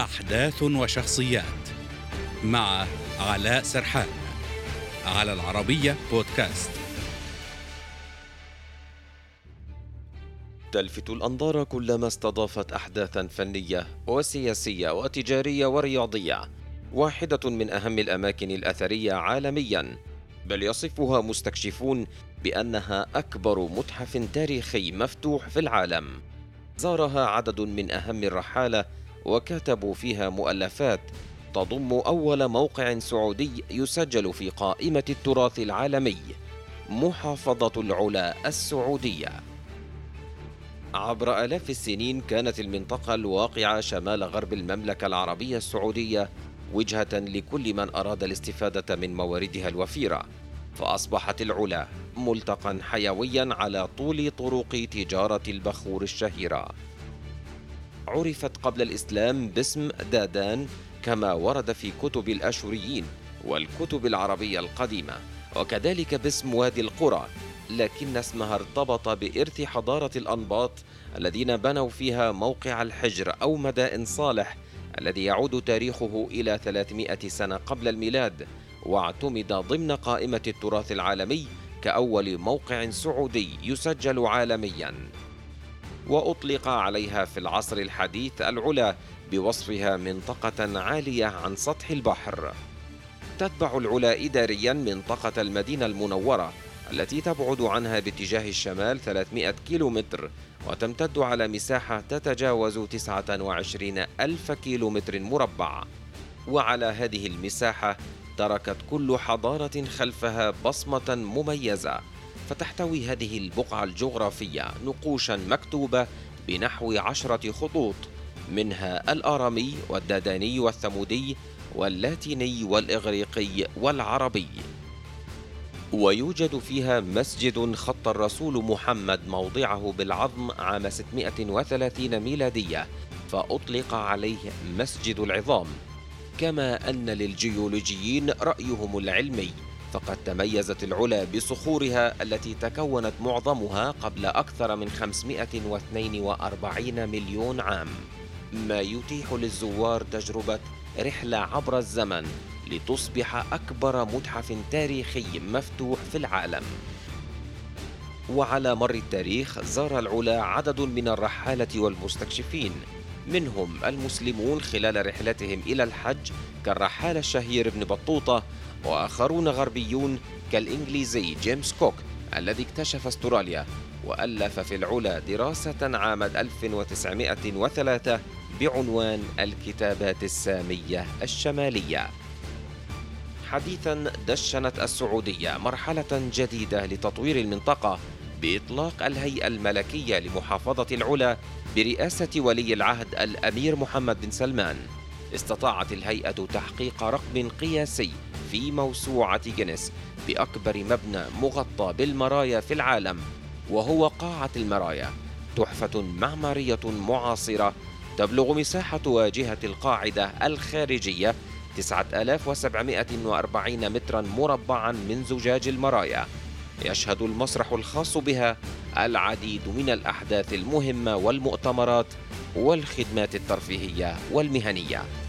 أحداث وشخصيات مع علاء سرحان على العربية بودكاست. تلفت الأنظار كلما استضافت أحداثاً فنية وسياسية وتجارية ورياضية، واحدة من أهم الأماكن الأثرية عالمياً، بل يصفها مستكشفون بأنها أكبر متحف تاريخي مفتوح في العالم. زارها عدد من أهم الرحالة وكتبوا فيها مؤلفات تضم أول موقع سعودي يسجل في قائمة التراث العالمي، محافظة العلا السعودية. عبر آلاف السنين كانت المنطقة الواقعة شمال غرب المملكة العربية السعودية وجهة لكل من أراد الاستفادة من مواردها الوفيرة، فأصبحت العلا ملتقى حيويا على طول طرق تجارة البخور الشهيرة. عرفت قبل الإسلام باسم دادان كما ورد في كتب الآشوريين والكتب العربية القديمة، وكذلك باسم وادي القرى، لكن اسمها ارتبط بإرث حضارة الأنباط الذين بنوا فيها موقع الحجر أو مدائن صالح الذي يعود تاريخه إلى 300 سنة قبل الميلاد، واعتمد ضمن قائمة التراث العالمي كأول موقع سعودي يسجل عالمياً. وأطلق عليها في العصر الحديث العلا بوصفها منطقة عالية عن سطح البحر. تتبع العلا إدارياً منطقة المدينة المنورة التي تبعد عنها باتجاه الشمال 300 كيلومتر، وتمتد على مساحة تتجاوز 29 ألف كيلومتر مربع. وعلى هذه المساحة تركت كل حضارة خلفها بصمة مميزة، فتحتوي هذه البقعة الجغرافية نقوشا مكتوبة بنحو 10 خطوط، منها الآرامي والداداني والثمودي واللاتيني والإغريقي والعربي. ويوجد فيها مسجد خط الرسول محمد موضعه بالعظم عام 630 ميلادية، فأطلق عليه مسجد العظام. كما أن للجيولوجيين رأيهم العلمي، فقد تميزت العلا بصخورها التي تكونت معظمها قبل أكثر من 542 مليون عام، ما يتيح للزوار تجربة رحلة عبر الزمن لتصبح أكبر متحف تاريخي مفتوح في العالم. وعلى مر التاريخ زار العلا عدد من الرحالة والمستكشفين، منهم المسلمون خلال رحلتهم إلى الحج كالرحال الشهير ابن بطوطة، وآخرون غربيون كالإنجليزي جيمس كوك الذي اكتشف أستراليا وألف في العلا دراسة عام 1903 بعنوان الكتابات السامية الشمالية. حديثاً دشنت السعودية مرحلة جديدة لتطوير المنطقة بإطلاق الهيئة الملكية لمحافظة العلا برئاسة ولي العهد الأمير محمد بن سلمان. استطاعت الهيئة تحقيق رقم قياسي في موسوعة جينيس بأكبر مبنى مغطى بالمرايا في العالم، وهو قاعة المرايا، تحفة معمارية معاصرة تبلغ مساحة واجهة القاعدة الخارجية 9740 متراً مربعاً من زجاج المرايا. يشهد المسرح الخاص بها العديد من الأحداث المهمة والمؤتمرات والخدمات الترفيهية والمهنية.